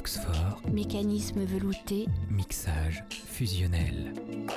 Fluxfort, Mécanisme velouté, mixage fusionnel.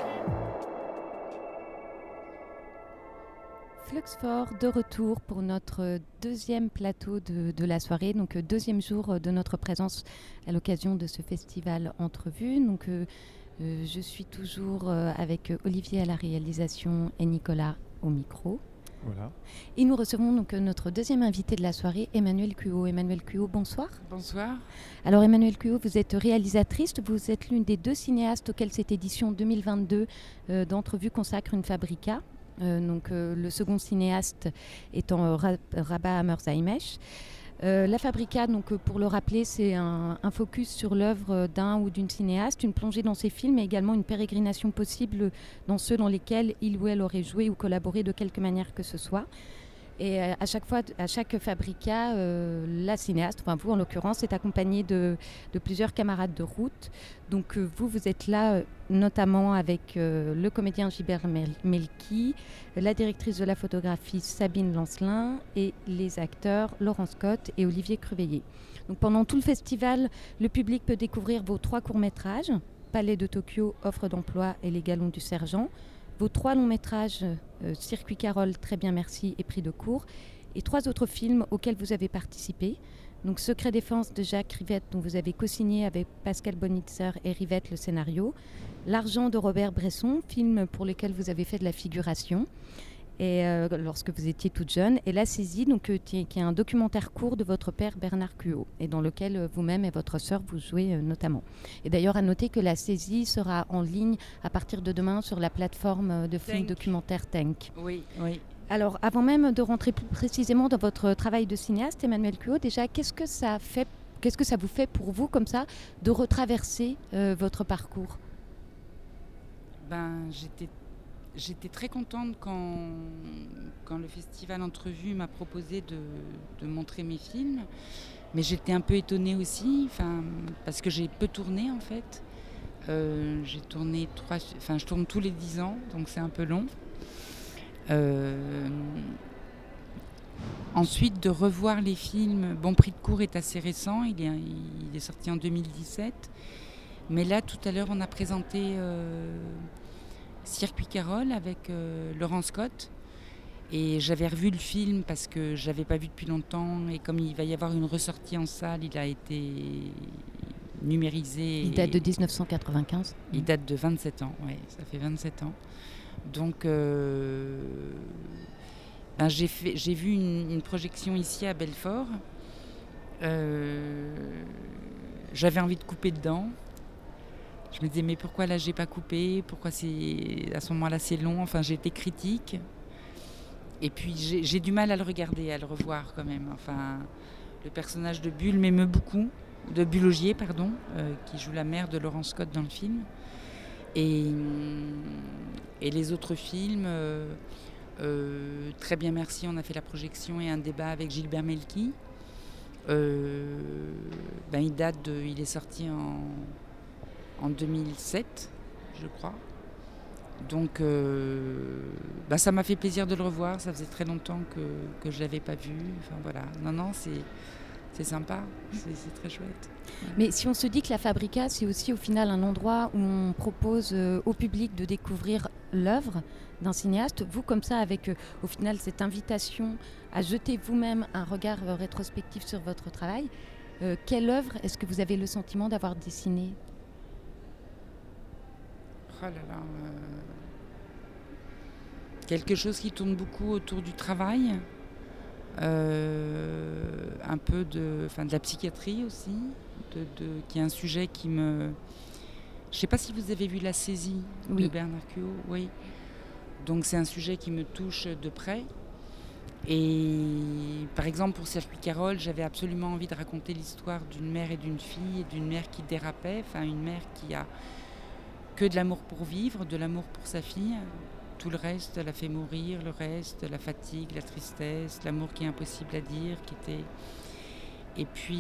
Fluxfort de retour pour notre deuxième plateau de la soirée, donc deuxième jour de notre présence à l'occasion de ce festival Entrevue. Donc je suis toujours avec Olivier à la réalisation et Nicolas au micro. Voilà. Et nous recevons donc notre deuxième invité de la soirée, Emmanuelle Cuot. Emmanuelle Cuot, bonsoir. Bonsoir. Alors Emmanuelle Cuot, vous êtes réalisatrice, vous êtes l'une des deux cinéastes auxquelles cette édition 2022 d'Entrevue consacre une fabrica. Le second cinéaste étant Rabat Hammerzaimesh. La Fabrica, pour le rappeler, c'est un focus sur l'œuvre d'un ou d'une cinéaste, une plongée dans ses films et également une pérégrination possible dans ceux dans lesquels il ou elle aurait joué ou collaboré de quelque manière que ce soit. Et à chaque Fabrica, la cinéaste, enfin vous en l'occurrence, est accompagnée de plusieurs camarades de route. Donc vous êtes là notamment avec le comédien Gilbert Melki, la directrice de la photographie Sabine Lancelin et les acteurs Laurent Scott et Olivier Creveillé. Donc pendant tout le festival, le public peut découvrir vos 3 courts-métrages, Palais de Tokyo, Offre d'emploi et Les Galons du Sergent, vos 3 longs-métrages, Circuit Carole, Très bien merci et Prix de court, et 3 autres films auxquels vous avez participé. Donc Secret défense de Jacques Rivette, dont vous avez co-signé avec Pascal Bonitzer et Rivette le scénario. L'Argent de Robert Bresson, film pour lequel vous avez fait de la figuration et, lorsque vous étiez toute jeune. Et La Saisie, qui est un documentaire court de votre père Bernard Cuot, et dans lequel vous-même et votre sœur vous jouez notamment. Et d'ailleurs, à noter que La Saisie sera en ligne à partir de demain sur la plateforme de films documentaires Tank. Oui. Alors, avant même de rentrer plus précisément dans votre travail de cinéaste, Emmanuelle Cuot, déjà, qu'est-ce que ça vous fait pour vous, comme ça, de retraverser votre parcours ? J'étais très contente quand le festival Entrevue m'a proposé de montrer mes films. Mais j'étais un peu étonnée aussi, parce que j'ai peu tourné en fait. Je tourne tous les 10 ans, donc c'est un peu long. Ensuite, de revoir les films. Prix de court est assez récent, il est sorti en 2017. Mais là, tout à l'heure, on a présenté Circuit Carole avec Laurent Scott. Et j'avais revu le film parce que je ne l'avais pas vu depuis longtemps. Et comme il va y avoir une ressortie en salle, il a été numérisé. Il date de 1995. Il date de 27 ans, oui, ça fait 27 ans. Donc, j'ai vu une projection ici à Belfort. J'avais envie de couper dedans. Je me disais, mais pourquoi là j'ai pas coupé ? Pourquoi à ce moment-là c'est long ? Enfin, j'ai été critique. Et puis j'ai du mal à le regarder, à le revoir quand même. Enfin, le personnage de Bulle m'émeut beaucoup, de Bulle Ogier, pardon, qui joue la mère de Laurent Scott dans le film. Et les autres films, Très bien merci, on a fait la projection et un débat avec Gilbert Melki. Il est sorti en 2007, je crois. Donc ça m'a fait plaisir de le revoir, ça faisait très longtemps que je ne l'avais pas vu. Enfin voilà, non, c'est sympa, c'est très chouette. Mais si on se dit que la Fabrica, c'est aussi au final un endroit où on propose au public de découvrir l'œuvre d'un cinéaste, vous comme ça, avec au final cette invitation à jeter vous-même un regard rétrospectif sur votre travail, quelle œuvre est-ce que vous avez le sentiment d'avoir dessiné ? Oh là là, quelque chose qui tourne beaucoup autour du travail, un peu de la psychiatrie aussi, qui est un sujet qui me... Je ne sais pas si vous avez vu La Saisie de Bernard Cuot, oui. Donc c'est un sujet qui me touche de près. Et par exemple pour Circuit Carole, j'avais absolument envie de raconter l'histoire d'une mère et d'une fille, et d'une mère qui dérapait, une mère qui a que de l'amour pour vivre, de l'amour pour sa fille. Tout le reste la fait mourir, le reste, la fatigue, la tristesse, l'amour qui est impossible à dire, Et puis,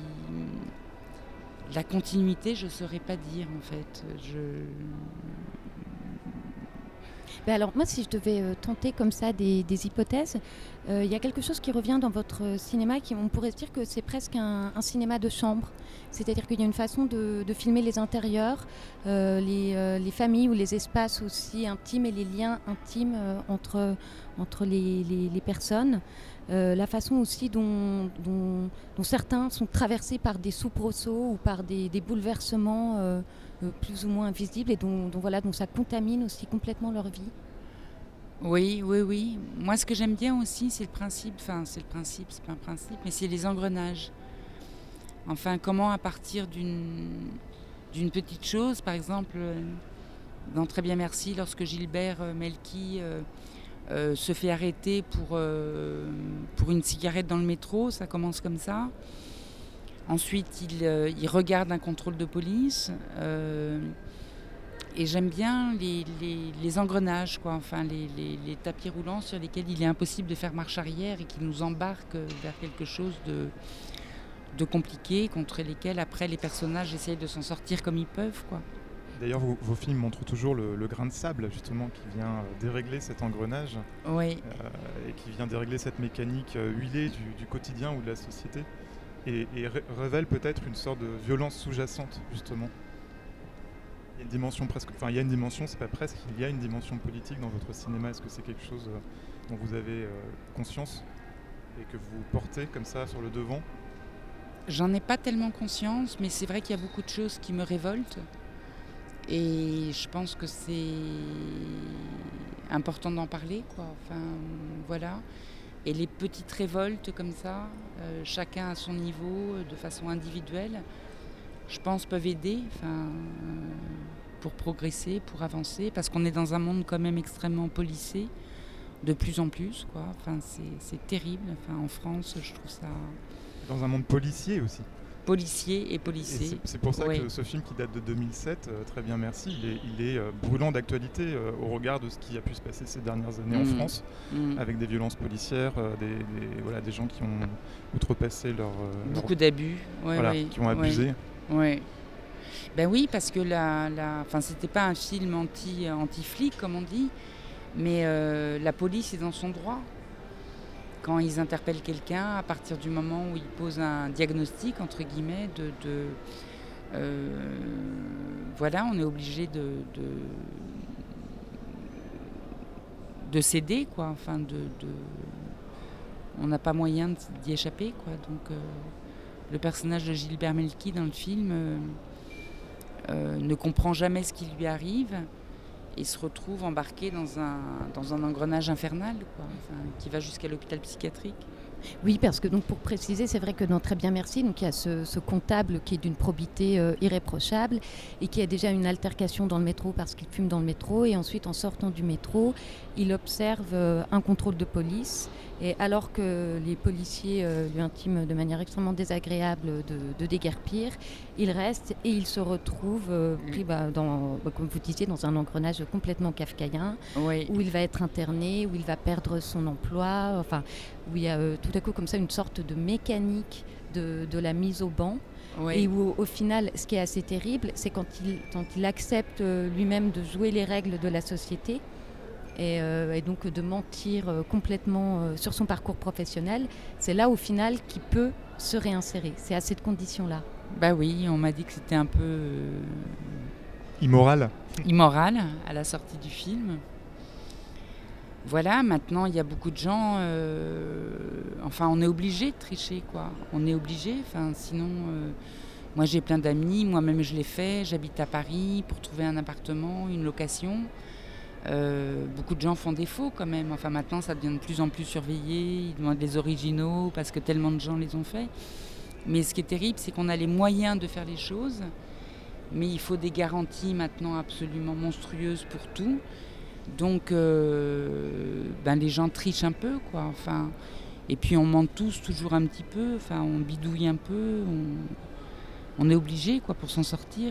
la continuité, je ne saurais pas dire en fait. Alors moi, si je devais tenter comme ça des hypothèses, il y a quelque chose qui revient dans votre cinéma, on pourrait se dire que c'est presque un cinéma de chambre. C'est-à-dire qu'il y a une façon de filmer les intérieurs, les familles ou les espaces aussi intimes et les liens intimes entre les personnes. La façon aussi dont certains sont traversés par des soubresauts ou par des bouleversements plus ou moins invisibles et dont ça contamine aussi complètement leur vie. Oui. Moi, ce que j'aime bien aussi, c'est pas un principe, mais c'est les engrenages. Enfin, comment à partir d'une petite chose, par exemple, dans Très bien merci, lorsque Gilbert Melki se fait arrêter pour une cigarette dans le métro, ça commence comme ça. Ensuite, il regarde un contrôle de police. Et j'aime bien les engrenages, quoi. Enfin, les tapis roulants sur lesquels il est impossible de faire marche arrière et qui nous embarquent vers quelque chose de compliqué, contre lesquels après les personnages essayent de s'en sortir comme ils peuvent, quoi. D'ailleurs, vos films montrent toujours le grain de sable, justement, qui vient dérégler cet engrenage. Oui. Et qui vient dérégler cette mécanique huilée du quotidien ou de la société. Et révèle peut-être une sorte de violence sous-jacente, justement. Il y a une dimension presque... Enfin, il y a une dimension, c'est pas presque, il y a une dimension politique dans votre cinéma. Est-ce que c'est quelque chose dont vous avez conscience et que vous portez comme ça sur le devant ? J'en ai pas tellement conscience, mais c'est vrai qu'il y a beaucoup de choses qui me révoltent. Et je pense que c'est important d'en parler, quoi. Enfin, voilà. Et les petites révoltes comme ça, chacun à son niveau, de façon individuelle, je pense peuvent aider, pour progresser, pour avancer, parce qu'on est dans un monde quand même extrêmement policé, de plus en plus, quoi. Enfin, c'est terrible. Enfin, en France, je trouve ça... Dans un monde policier aussi. Policier et policé. Et c'est pour ça que ce film qui date de 2007, Très bien merci, il est brûlant d'actualité au regard de ce qui a pu se passer ces dernières années en France, avec des violences policières, des gens qui ont outrepassé beaucoup d'abus, qui ont abusé. Ouais. Ben oui, parce que c'était pas un film anti-flic comme on dit, mais la police est dans son droit. Quand ils interpellent quelqu'un, à partir du moment où ils posent un diagnostic, entre guillemets, on est obligé de céder, quoi. Enfin, on n'a pas moyen d'y échapper, quoi. Donc, le personnage de Gilbert Melki dans le film ne comprend jamais ce qui lui arrive et se retrouve embarqué dans un engrenage infernal, quoi, qui va jusqu'à l'hôpital psychiatrique. Oui, parce que donc pour préciser, c'est vrai que dans Très bien merci, donc il y a ce comptable qui est d'une probité irréprochable et qui a déjà une altercation dans le métro parce qu'il fume dans le métro, et ensuite en sortant du métro, il observe un contrôle de police, et alors que les policiers lui intiment de manière extrêmement désagréable de déguerpir, il reste et il se retrouve pris comme vous disiez, dans un engrenage complètement kafkaïen, où il va être interné, où il va perdre son emploi, où il y a tout à coup comme ça une sorte de mécanique de la mise au banc. Et où au final, ce qui est assez terrible, c'est quand il accepte lui-même de jouer les règles de la société et donc de mentir complètement sur son parcours professionnel, c'est là au final qu'il peut se réinsérer. C'est à cette condition-là. Bah oui, on m'a dit que c'était un peu... Immoral à la sortie du film. Voilà, maintenant il y a beaucoup de gens, on est obligé de tricher, quoi. On est obligé, sinon, moi j'ai plein d'amis, moi-même je l'ai fait, j'habite à Paris pour trouver un appartement, une location. Beaucoup de gens font défaut quand même, maintenant ça devient de plus en plus surveillé, ils demandent les originaux parce que tellement de gens les ont fait. Mais ce qui est terrible, c'est qu'on a les moyens de faire les choses, mais il faut des garanties maintenant absolument monstrueuses pour tout. Donc, les gens trichent un peu, quoi. Et puis on ment tous toujours un petit peu. On bidouille un peu. On est obligé, quoi, pour s'en sortir.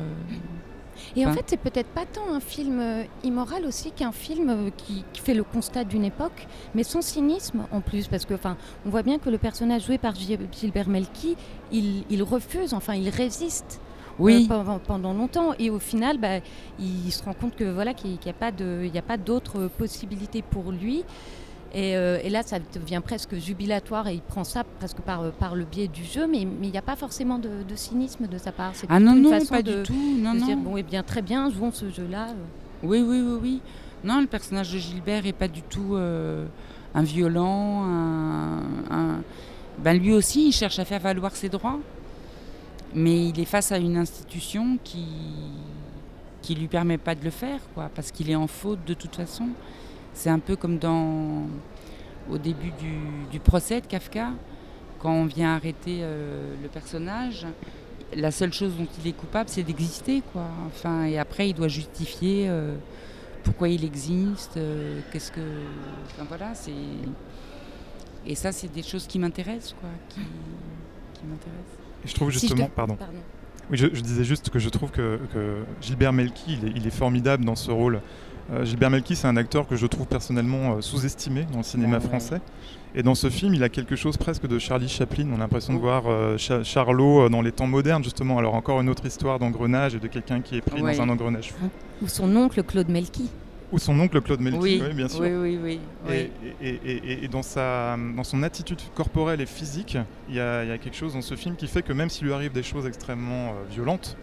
Et en fait, c'est peut-être pas tant un film immoral aussi qu'un film qui fait le constat d'une époque, mais son cynisme en plus, parce que, on voit bien que le personnage joué par Gilbert Melki, il refuse, il résiste Oui. Pendant longtemps. Et au final, il se rend compte que voilà, qu'il n'y a pas d'autres possibilités pour lui. Et là, ça devient presque jubilatoire et il prend ça presque par le biais du jeu, mais il n'y a pas forcément de cynisme de sa part. C'est une façon pas de du tout. Non, se non. dire, bon, eh bien, très bien, jouons ce jeu-là. Oui. Non, le personnage de Gilbert n'est pas du tout un violent. Lui aussi, il cherche à faire valoir ses droits, mais il est face à une institution qui lui permet pas de le faire, quoi, parce qu'il est en faute de toute façon. C'est un peu comme au début du procès de Kafka, quand on vient arrêter le personnage, la seule chose dont il est coupable, c'est d'exister, quoi. Enfin, et après, il doit justifier pourquoi il existe, Enfin voilà, c'est... Et ça, c'est des choses qui m'intéressent, quoi, qui m'intéressent. Et je trouve justement... Pardon. Oui, je disais juste que je trouve que Gilbert Melki, il est formidable dans ce rôle. Gilbert Melki, c'est un acteur que je trouve personnellement sous-estimé dans le cinéma français. Et dans ce film, il a quelque chose presque de Charlie Chaplin. On a l'impression de voir Charlot dans les temps modernes, justement. Alors encore une autre histoire d'engrenage et de quelqu'un qui est pris dans un engrenage fou. Ou son oncle Claude Melki. Oui, bien sûr. Oui. Et dans son attitude corporelle et physique, il y a quelque chose dans ce film qui fait que même s'il lui arrive des choses extrêmement violentes,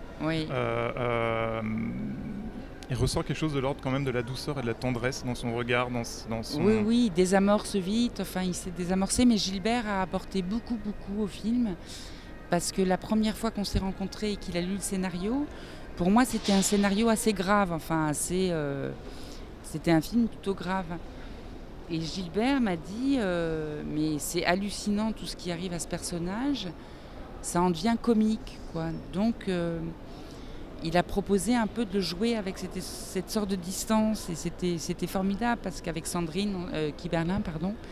il ressort quelque chose de l'ordre quand même de la douceur et de la tendresse dans son regard, dans son... Oui, il désamorce vite, enfin il s'est désamorcé, mais Gilbert a apporté beaucoup au film, parce que la première fois qu'on s'est rencontrés et qu'il a lu le scénario, pour moi c'était un scénario assez grave, c'était un film plutôt grave. Et Gilbert m'a dit, mais c'est hallucinant tout ce qui arrive à ce personnage, ça en devient comique, quoi. Donc... il a proposé un peu de le jouer avec cette sorte de distance, et c'était formidable, parce qu'avec Sandrine Kiberlin,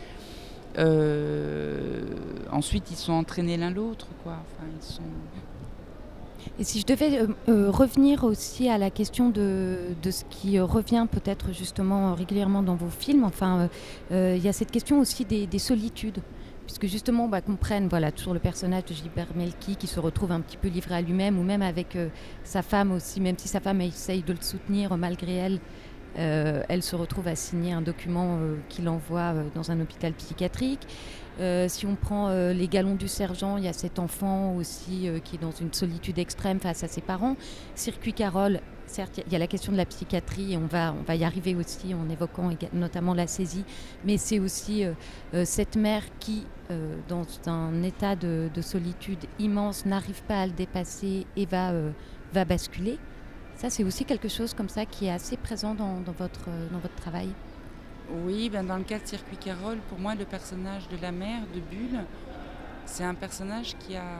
ensuite ils sont entraînés l'un l'autre, quoi. Enfin, Et si je devais revenir aussi à la question de ce qui revient peut-être justement régulièrement dans vos films, il y a cette question aussi des solitudes. Puisque justement, qu'on prenne toujours le personnage de Gilbert Melki qui se retrouve un petit peu livré à lui-même, ou même avec sa femme aussi, même si sa femme essaye de le soutenir malgré elle, elle se retrouve à signer un document qu'il envoie dans un hôpital psychiatrique. Si on prend les Galons du Sergent, il y a cet enfant aussi qui est dans une solitude extrême face à ses parents. Circuit Carole, certes, il y a la question de la psychiatrie, et on va y arriver aussi en évoquant notamment la saisie, mais c'est aussi cette mère qui, dans un état de solitude immense, n'arrive pas à le dépasser et va basculer. Ça, c'est aussi quelque chose comme ça qui est assez présent dans votre travail. Oui, dans le cas de Circuit Carole, pour moi, le personnage de la mère de Bulle, c'est un personnage qui a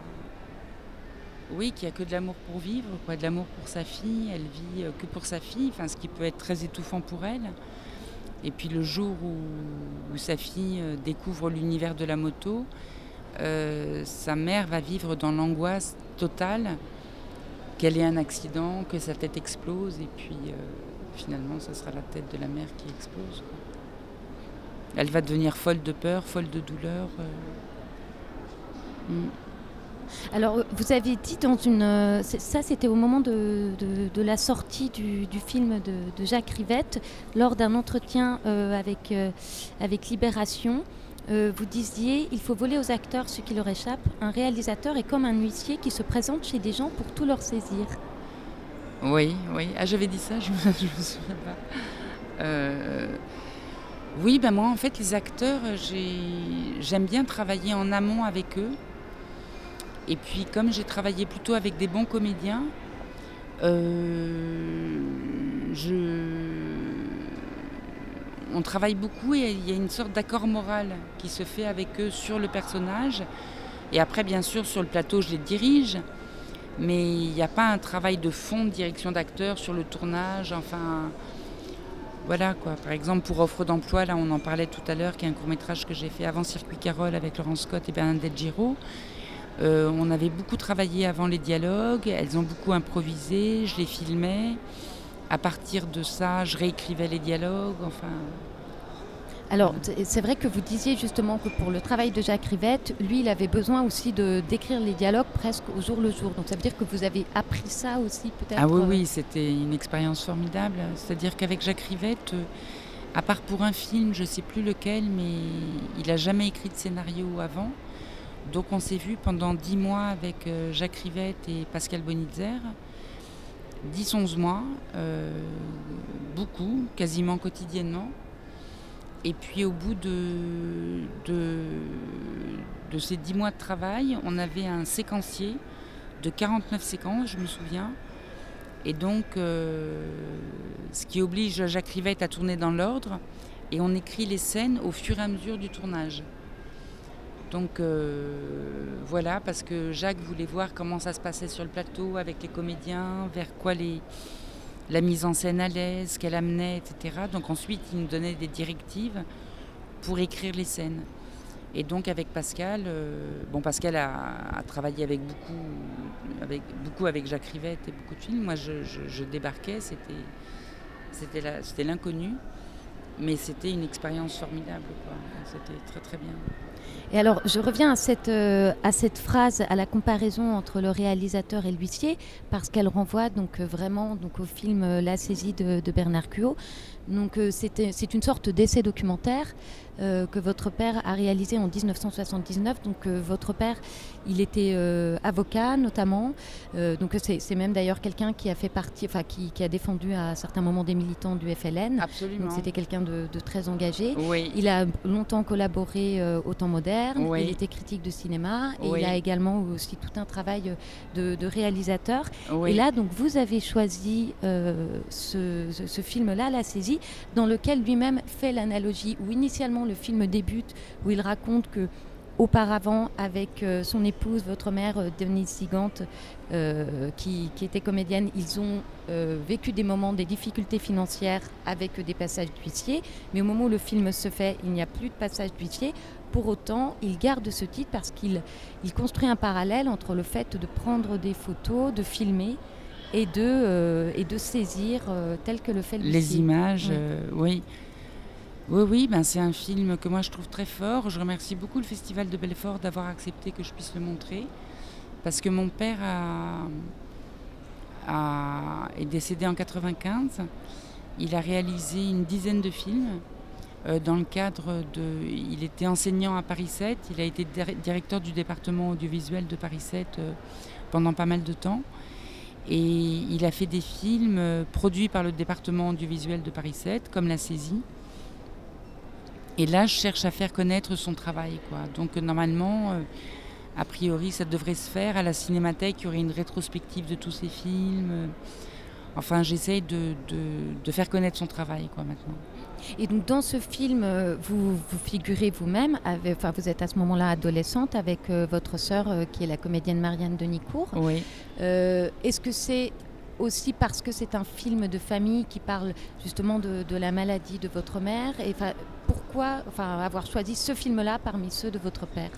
que de l'amour pour vivre, quoi, de l'amour pour sa fille. Elle vit que pour sa fille, ce qui peut être très étouffant pour elle. Et puis le jour où sa fille découvre l'univers de la moto, sa mère va vivre dans l'angoisse totale qu'elle ait un accident, que sa tête explose, et puis finalement, ça sera la tête de la mère qui explose, quoi. Elle va devenir folle de peur, folle de douleur. Alors, vous avez dit ça c'était au moment de la sortie du film de Jacques Rivette, lors d'un entretien avec Libération. Vous disiez, il faut voler aux acteurs ce qui leur échappe. Un réalisateur est comme un huissier qui se présente chez des gens pour tout leur saisir. Oui. Ah, j'avais dit ça, je me souviens pas. Oui, moi, en fait, les acteurs, j'aime bien travailler en amont avec eux. Et puis, comme j'ai travaillé plutôt avec des bons comédiens, on travaille beaucoup, et il y a une sorte d'accord moral qui se fait avec eux sur le personnage. Et après, bien sûr, sur le plateau, je les dirige. Mais il n'y a pas un travail de fond de direction d'acteur sur le tournage. Voilà, quoi. Par exemple, pour Offre d'emploi, là, on en parlait tout à l'heure, qui est un court-métrage que j'ai fait avant Circuit Carole avec Laurence Scott et Bernadette Giraud. On avait beaucoup travaillé avant les dialogues. Elles ont beaucoup improvisé. Je les filmais. À partir de ça, je réécrivais les dialogues. Alors, c'est vrai que vous disiez justement que pour le travail de Jacques Rivette, lui, il avait besoin aussi d'écrire les dialogues presque au jour le jour. Donc, ça veut dire que vous avez appris ça aussi, peut-être? Ah oui, c'était une expérience formidable. C'est-à-dire qu'avec Jacques Rivette, à part pour un film, je ne sais plus lequel, mais il n'a jamais écrit de scénario avant. Donc, on s'est vu pendant 10 mois avec Jacques Rivette et Pascal Bonitzer. 10-11 mois, beaucoup, quasiment quotidiennement. Et puis au bout de ces 10 mois de travail, on avait un séquencier de 49 séquences, je me souviens. Et donc, ce qui oblige Jacques Rivette à tourner dans l'ordre. Et on écrit les scènes au fur et à mesure du tournage. Donc voilà, parce que Jacques voulait voir comment ça se passait sur le plateau avec les comédiens, vers quoi la mise en scène allait, ce qu'elle amenait, etc. Donc ensuite, il nous donnait des directives pour écrire les scènes. Et donc avec Pascal, Pascal a travaillé beaucoup avec Jacques Rivette et beaucoup de films. Moi, je débarquais, c'était l'inconnu, mais c'était une expérience formidable, quoi. C'était très très bien. Et alors, je reviens à cette phrase, à la comparaison entre le réalisateur et l'huissier, parce qu'elle renvoie vraiment au film La saisie de Bernard Cuot. Donc, c'est une sorte d'essai documentaire que votre père a réalisé en 1979. Donc, votre père, il était avocat notamment. Donc, c'est même d'ailleurs quelqu'un qui a fait partie, qui a défendu à certains moments des militants du FLN. Absolument. Donc, c'était quelqu'un de très engagé. Oui. Il a longtemps collaboré au Temps moderne. Oui. Il était critique de cinéma. Et Oui. il a également aussi tout un travail de réalisateur. Oui. Et là, donc, vous avez choisi ce film-là, La saisie, dans lequel lui-même fait l'analogie où initialement le film débute, où il raconte que auparavant, avec son épouse, votre mère, Denise Sigante, qui était comédienne, ils ont vécu des difficultés financières avec des passages d'huissier. Mais au moment où le film se fait, il n'y a plus de passage d'huissier. Pour autant, il garde ce titre parce qu'il construit un parallèle entre le fait de prendre des photos, de filmer et de saisir tel que le fait l'huissier. Les images, oui. Oui, c'est un film que moi je trouve très fort. Je remercie beaucoup le Festival de Belfort d'avoir accepté que je puisse le montrer. Parce que mon père est décédé en 1995. Il a réalisé une dizaine de films. Dans le cadre il était enseignant à Paris 7. Il a été directeur du département audiovisuel de Paris 7 pendant pas mal de temps. Et il a fait des films produits par le département audiovisuel de Paris 7, comme La saisie. Et là, je cherche à faire connaître son travail, quoi. Donc normalement, a priori, ça devrait se faire. À la Cinémathèque, il y aurait une rétrospective de tous ses films. Enfin, j'essaye de faire connaître son travail, quoi, maintenant. Et donc dans ce film, vous figurez vous-même, vous êtes à ce moment-là adolescente avec votre sœur qui est la comédienne Marianne Denicourt. Oui. Est-ce que c'est aussi parce que c'est un film de famille qui parle justement de la maladie de votre mère? Et pourquoi avoir choisi ce film-là parmi ceux de votre père?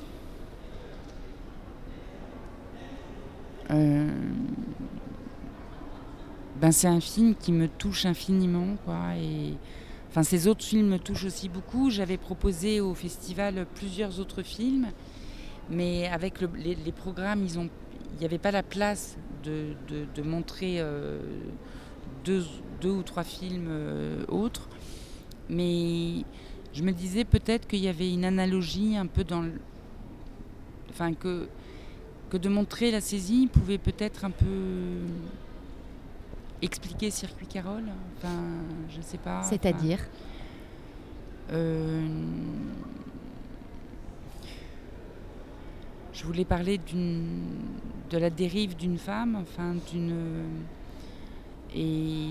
C'est un film qui me touche infiniment, quoi. Et ces autres films me touchent aussi beaucoup. J'avais proposé au festival plusieurs autres films, mais avec les programmes, il n'y avait pas la place de montrer deux ou trois films autres. Mais je me disais peut-être qu'il y avait une analogie un peu dans que de montrer La saisie pouvait peut-être un peu expliquer Circuit Carole. Je ne sais pas. C'est-à-dire je voulais parler de la dérive d'une femme, et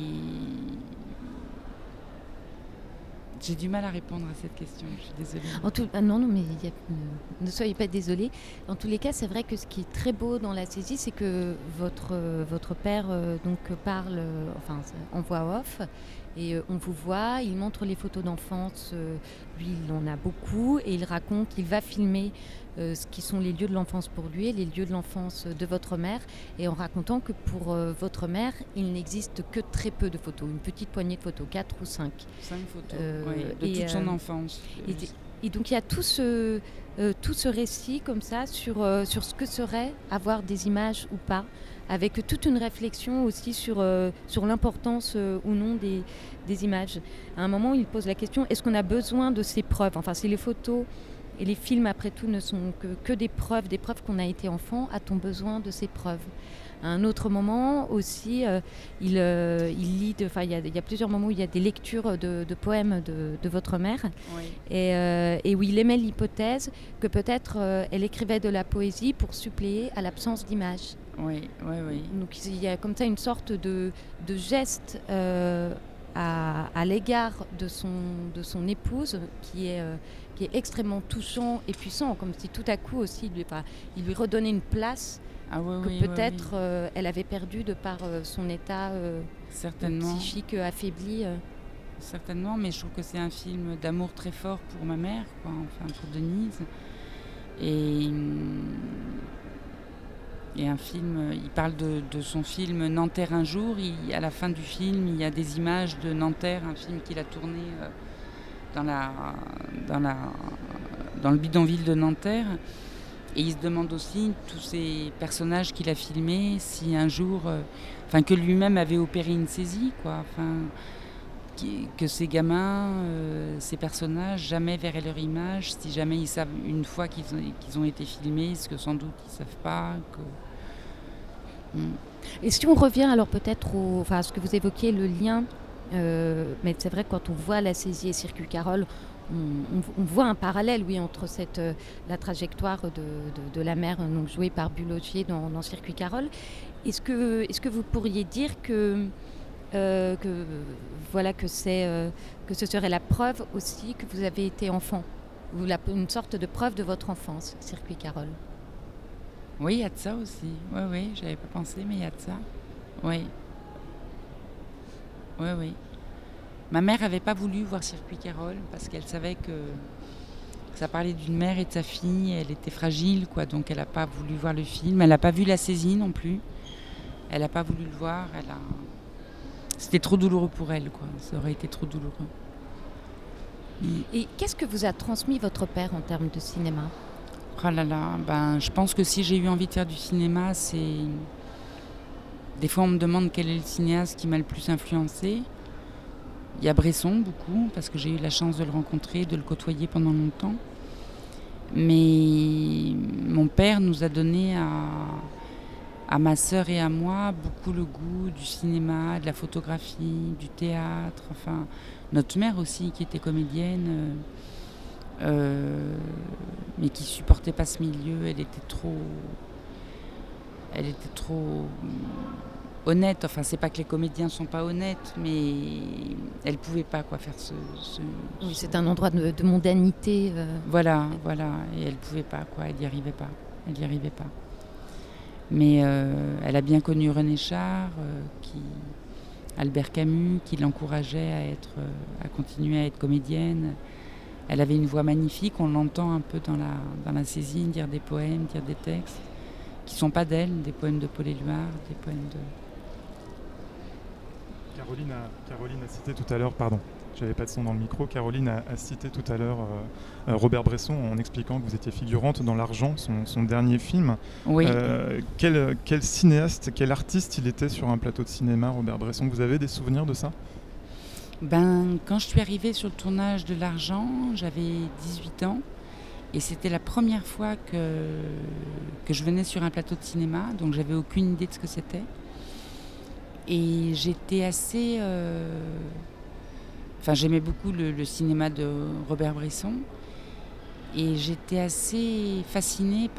j'ai du mal à répondre à cette question, je suis désolée. Non, mais ne soyez pas désolée. En tous les cas, c'est vrai que ce qui est très beau dans La saisie, c'est que votre père parle en voix off, Et on vous voit, il montre les photos d'enfance, lui il en a beaucoup, et il raconte qu'il va filmer ce qui sont les lieux de l'enfance pour lui et les lieux de l'enfance de votre mère, et en racontant que pour votre mère, il n'existe que très peu de photos, une petite poignée de photos, 4 ou 5. 5 photos, de toute son enfance. Et donc il y a tout ce récit comme ça sur ce que serait avoir des images ou pas, avec toute une réflexion aussi sur l'importance ou non des images. À un moment, il pose la question, est-ce qu'on a besoin de ces preuves ? Enfin, si les photos et les films, après tout, ne sont que des preuves qu'on a été enfant, a-t-on besoin de ces preuves ? À un autre moment aussi, il lit, il y a plusieurs moments où il y a des lectures de poèmes de votre mère, Oui. et où il émet l'hypothèse que peut-être elle écrivait de la poésie pour suppléer à l'absence d'images. Oui. Donc il y a comme ça une sorte de geste à l'égard de son épouse qui est extrêmement touchant et puissant, comme si tout à coup aussi il lui redonnait une place que peut-être elle avait perdue de par son état psychique affaibli. Certainement, mais je trouve que c'est un film d'amour très fort pour ma mère, quoi, enfin pour Denise. Et un film, il parle de son film Nanterre un jour. À la fin du film, il y a des images de Nanterre, un film qu'il a tourné dans le bidonville de Nanterre. Et il se demande aussi, tous ces personnages qu'il a filmés, si un jour, que lui-même avait opéré une saisie, quoi. Que ces gamins, ces personnages, jamais verraient leur image, si jamais ils savent, une fois qu'ils ont été filmés, ce que sans doute ils ne savent pas. Et si on revient alors peut-être à ce que vous évoquiez, le lien, mais c'est vrai que quand on voit la saisie et Circuit Carole, on voit un parallèle, oui, entre la trajectoire de la mère, donc jouée par Bulogier dans Circuit Carole. Est-ce que vous pourriez dire que ce serait la preuve aussi que vous avez été enfant, ou une sorte de preuve de votre enfance, Circuit Carole? Oui, il y a de ça aussi. Oui, j'avais pas pensé, mais il y a de ça. Oui. Ma mère n'avait pas voulu voir Circuit Carole parce qu'elle savait que ça parlait d'une mère et de sa fille. Elle était fragile, quoi, donc elle n'a pas voulu voir le film. Elle n'a pas vu la saisie non plus. Elle n'a pas voulu le voir. C'était trop douloureux pour elle, quoi. Ça aurait été trop douloureux. Et qu'est-ce que vous a transmis votre père en termes de cinéma ? Oh là là, je pense que si j'ai eu envie de faire du cinéma, c'est... Des fois, on me demande quel est le cinéaste qui m'a le plus influencé. Il y a Bresson, beaucoup, parce que j'ai eu la chance de le rencontrer, de le côtoyer pendant longtemps. Mais mon père nous a donné à ma sœur et à moi beaucoup le goût du cinéma, de la photographie, du théâtre. Enfin, notre mère aussi, qui était comédienne, mais qui supportait pas ce milieu. Elle était trop honnête. Enfin, c'est pas que les comédiens sont pas honnêtes, mais elle pouvait pas faire Oui, c'est un endroit de mondanité. Voilà, et elle pouvait pas, elle n'y arrivait pas. Mais elle a bien connu René Char, Albert Camus, qui l'encourageait à continuer à être comédienne. Elle avait une voix magnifique, on l'entend un peu dans la saisie, dire des poèmes, dire des textes qui ne sont pas d'elle, des poèmes de Paul Éluard, des poèmes de... Caroline a cité tout à l'heure, pardon, j'avais pas de son dans le micro, Caroline a cité tout à l'heure Robert Bresson en expliquant que vous étiez figurante dans L'Argent, son dernier film. Oui. Quel cinéaste, quel artiste il était sur un plateau de cinéma, Robert Bresson? Vous avez des souvenirs de ça? Quand je suis arrivée sur le tournage de L'Argent, j'avais 18 ans. Et c'était la première fois que je venais sur un plateau de cinéma, donc j'avais aucune idée de ce que c'était. Et j'étais assez... j'aimais beaucoup le cinéma de Robert Bresson. Et j'étais assez fascinée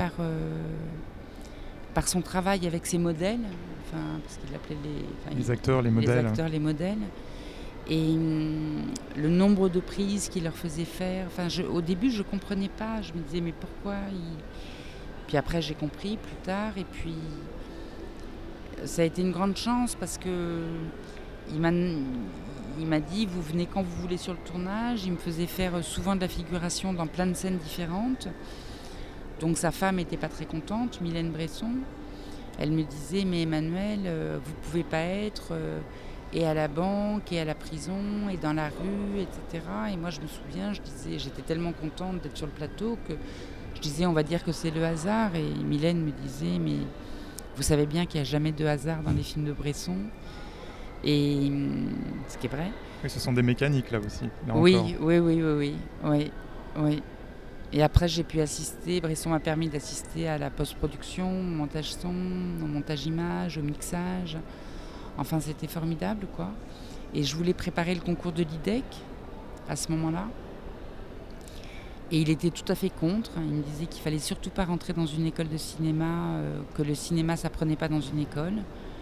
par son travail avec ses modèles. Parce qu'il appelait les acteurs, les modèles. Les acteurs, les modèles. Et le nombre de prises qu'il leur faisait faire. Au début, je ne comprenais pas. Je me disais, mais pourquoi Puis après, j'ai compris plus tard. Et puis, ça a été une grande chance parce que il il m'a dit, vous venez quand vous voulez sur le tournage. Il me faisait faire souvent de la figuration dans plein de scènes différentes. Donc sa femme n'était pas très contente, Mylène Bresson. Elle me disait, mais Emmanuel, vous ne pouvez pas être et à la banque, et à la prison, et dans la rue, etc. Et moi, je me souviens, j'étais tellement contente d'être sur le plateau que je disais, on va dire que c'est le hasard. Et Mylène me disait, mais vous savez bien qu'il n'y a jamais de hasard dans les films de Bresson. Et ce qui est vrai. Oui, ce sont des mécaniques là aussi. Là oui, encore. oui. Et après, j'ai pu assister. Bresson m'a permis d'assister à la post-production, au montage son, au montage image, au mixage. Enfin, c'était formidable, quoi. Et je voulais préparer le concours de l'IDEC à ce moment-là. Et il était tout à fait contre. Il me disait qu'il fallait surtout pas rentrer dans une école de cinéma, que le cinéma s'apprenait pas dans une école.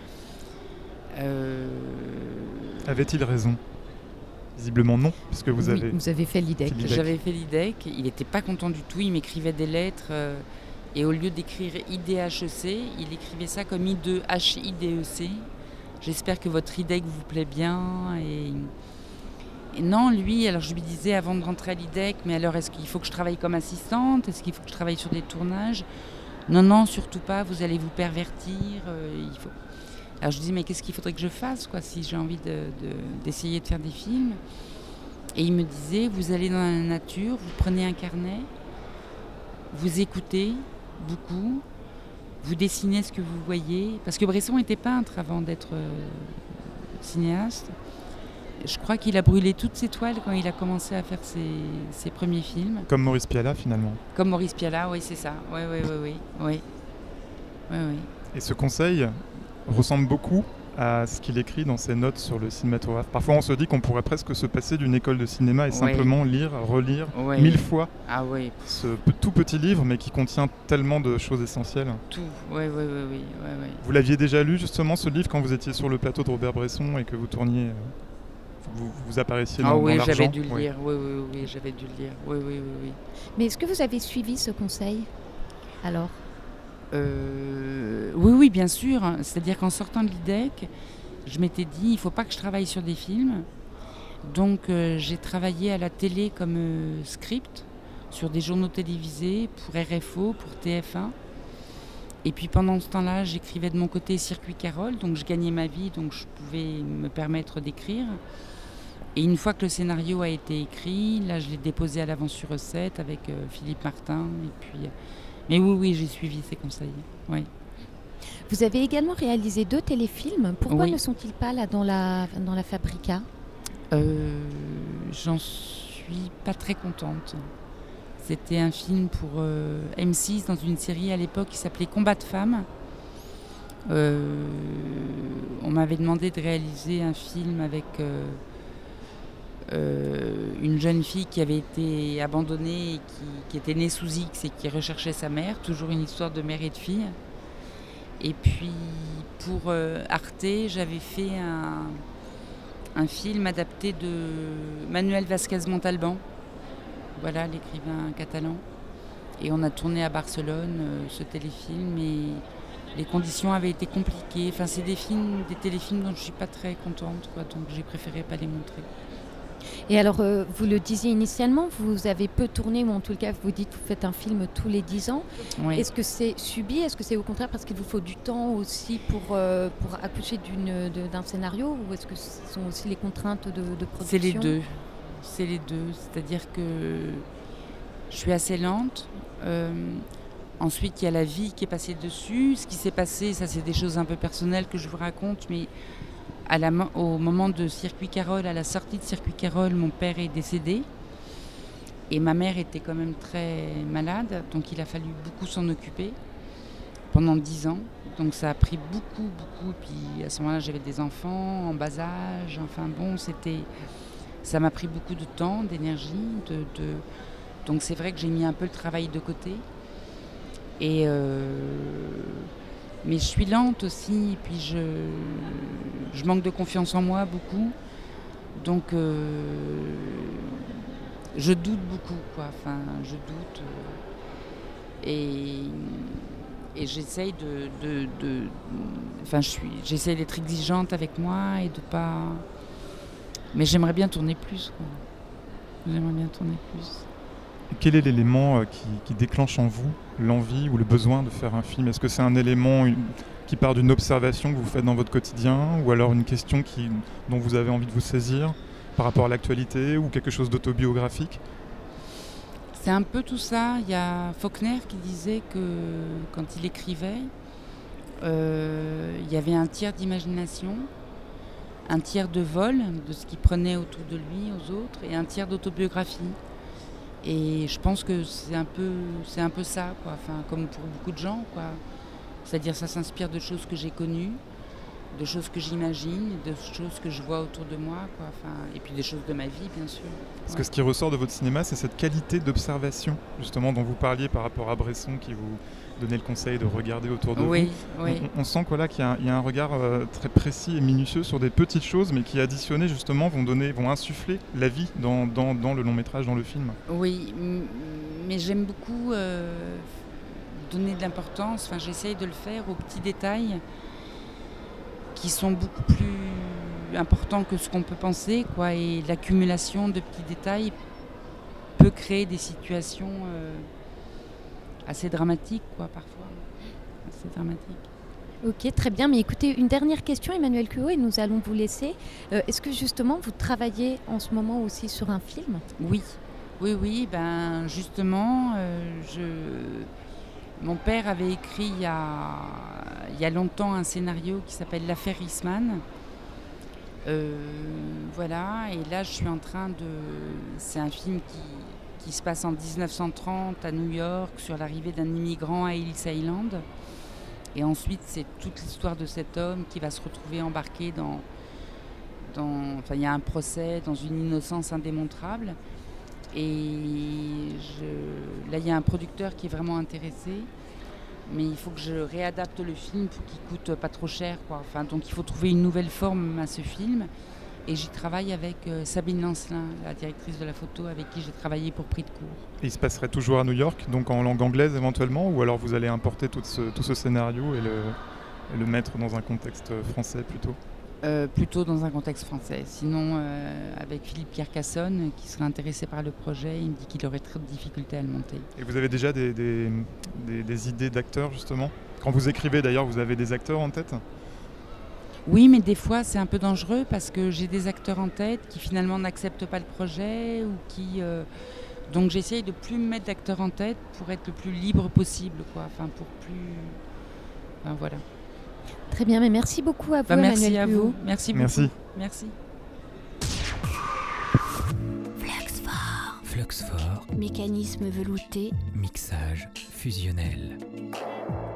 Avait-il raison ? Visiblement non, puisque vous avez fait l'IDEC. J'avais fait l'IDEC. Il n'était pas content du tout. Il m'écrivait des lettres. Et au lieu d'écrire IDHEC, il écrivait ça comme HIDEC. J'espère que votre IDEC vous plaît bien. Et non, lui, alors je lui disais avant de rentrer à l'IDEC, mais alors est-ce qu'il faut que je travaille comme assistante ? Est-ce qu'il faut que je travaille sur des tournages ? Non, surtout pas, vous allez vous pervertir. Alors je dis, mais qu'est-ce qu'il faudrait que je fasse, quoi, si j'ai envie d'essayer de faire des films ? Et il me disait, vous allez dans la nature, vous prenez un carnet, vous écoutez beaucoup, vous dessinez ce que vous voyez. Parce que Bresson était peintre avant d'être cinéaste. Je crois qu'il a brûlé toutes ses toiles quand il a commencé à faire ses premiers films. Comme Maurice Pialat, finalement. Comme Maurice Pialat, oui, c'est ça. Oui. Et ce conseil ressemble beaucoup à ce qu'il écrit dans ses notes sur le cinématographe. Parfois, on se dit qu'on pourrait presque se passer d'une école de cinéma et simplement lire, relire 1000 fois ce tout petit livre, mais qui contient tellement de choses essentielles. Tout, oui. Vous l'aviez déjà lu, justement, ce livre, quand vous étiez sur le plateau de Robert Bresson et que vous tourniez... Vous apparaissiez dans l'argent. J'avais dû le lire. Oui, j'avais dû le lire. Oui. Mais est-ce que vous avez suivi ce conseil, alors ? Oui, bien sûr. C'est-à-dire qu'en sortant de l'IDEC, je m'étais dit, il ne faut pas que je travaille sur des films. Donc, j'ai travaillé à la télé comme script, sur des journaux télévisés, pour RFO, pour TF1. Et puis pendant ce temps-là, j'écrivais de mon côté Circuit Carole, donc je gagnais ma vie, donc je pouvais me permettre d'écrire. Et une fois que le scénario a été écrit, là je l'ai déposé à l'Avance sur Recette avec Philippe Martin. Et puis, mais oui, j'ai suivi ses conseils. Oui. Vous avez également réalisé 2 téléfilms. Pourquoi ne sont-ils pas là dans la Fabrica ? J'en suis pas très contente. C'était un film pour M6 dans une série à l'époque qui s'appelait Combat de femmes. On m'avait demandé de réaliser un film avec une jeune fille qui avait été abandonnée et qui était née sous X et qui recherchait sa mère. Toujours une histoire de mère et de fille. Et puis pour Arte, j'avais fait un film adapté de Manuel Vázquez Montalbán. Voilà, l'écrivain catalan. Et on a tourné à Barcelone ce téléfilm et les conditions avaient été compliquées. Enfin, c'est des téléfilms dont je ne suis pas très contente, quoi, donc j'ai préféré pas les montrer. Et alors, vous le disiez initialement, vous avez peu tourné, ou en tout cas, vous dites que vous faites un film tous les 10 ans. Oui. Est-ce que c'est subi ? Est-ce que c'est au contraire parce qu'il vous faut du temps aussi pour accoucher d'un scénario ? Ou est-ce que ce sont aussi les contraintes de production ? C'est les deux. C'est-à-dire que je suis assez lente. Ensuite, il y a la vie qui est passée dessus. Ce qui s'est passé, ça c'est des choses un peu personnelles que je vous raconte, mais au moment de Circuit Carole, à la sortie de Circuit Carole, mon père est décédé. Et ma mère était quand même très malade, donc il a fallu beaucoup s'en occuper pendant 10 ans. Donc ça a pris beaucoup. Puis à ce moment-là, j'avais des enfants en bas âge. Enfin bon, ça m'a pris beaucoup de temps, d'énergie. Donc c'est vrai que j'ai mis un peu le travail de côté. Mais je suis lente aussi, et puis je manque de confiance en moi beaucoup. Donc je doute beaucoup, quoi. Enfin, je doute. Et j'essaye j'essaye d'être exigeante avec moi et de pas Mais j'aimerais bien tourner plus, quoi. J'aimerais bien tourner plus. Quel est l'élément qui déclenche en vous l'envie ou le besoin de faire un film ? Est-ce que c'est un élément qui part d'une observation que vous faites dans votre quotidien, ou alors une question dont vous avez envie de vous saisir par rapport à l'actualité, ou quelque chose d'autobiographique ? C'est un peu tout ça. Il y a Faulkner qui disait que quand il écrivait, il y avait un tiers d'imagination, un tiers de vol, de ce qu'il prenait autour de lui, aux autres, et un tiers d'autobiographie. Et je pense que c'est un peu ça, quoi. Enfin, comme pour beaucoup de gens, quoi. C'est-à-dire ça s'inspire de choses que j'ai connues, de choses que j'imagine, de choses que je vois autour de moi, quoi. Enfin, et puis des choses de ma vie, bien sûr. Parce que ce qui ressort de votre cinéma, c'est cette qualité d'observation, justement, dont vous parliez par rapport à Bresson, qui vous donnait le conseil de regarder autour de vous. Oui. On sent qu'il y a un regard très précis et minutieux sur des petites choses, mais qui, additionnées, justement, vont insuffler la vie dans le long-métrage, dans le film. Oui, mais j'aime beaucoup donner de l'importance, enfin j'essaye de le faire aux petits détails qui sont beaucoup plus importants que ce qu'on peut penser, quoi, et l'accumulation de petits détails peut créer des situations assez dramatiques, quoi, parfois. Assez dramatiques. Ok, très bien. Mais écoutez, une dernière question, Emmanuel Cuot, et nous allons vous laisser. Est-ce que justement, vous travaillez en ce moment aussi sur un film ? Oui, ben justement, mon père avait écrit il y a longtemps un scénario qui s'appelle L'affaire Eastman. Voilà, et là je suis en train de... C'est un film qui se passe en 1930 à New York sur l'arrivée d'un immigrant à Ellis Island. Et ensuite c'est toute l'histoire de cet homme qui va se retrouver embarqué enfin il y a un procès dans une innocence indémontrable. Et là, il y a un producteur qui est vraiment intéressé, mais il faut que je réadapte le film pour qu'il coûte pas trop cher, quoi. Enfin, donc il faut trouver une nouvelle forme à ce film. Et j'y travaille avec Sabine Lancelin, la directrice de la photo, avec qui j'ai travaillé pour Prix de cours. Et il se passerait toujours à New York, donc en langue anglaise éventuellement, ou alors vous allez importer tout ce scénario et le mettre dans un contexte français plutôt ? Plutôt dans un contexte français. Sinon, avec Philippe Carcassonne, qui serait intéressé par le projet, il me dit qu'il aurait très de difficultés à le monter. Et vous avez déjà des idées d'acteurs, justement ? Quand vous écrivez, d'ailleurs, vous avez des acteurs en tête ? Oui, mais des fois, c'est un peu dangereux parce que j'ai des acteurs en tête qui finalement n'acceptent pas le projet ou qui... Donc j'essaye de plus me mettre d'acteurs en tête pour être le plus libre possible, quoi. Enfin, pour plus... Enfin, voilà. Très bien, mais merci beaucoup à vous, merci Emmanuel à Cuot. vous. Merci beaucoup. Merci. Fluxfort. Mécanisme velouté. Mixage fusionnel.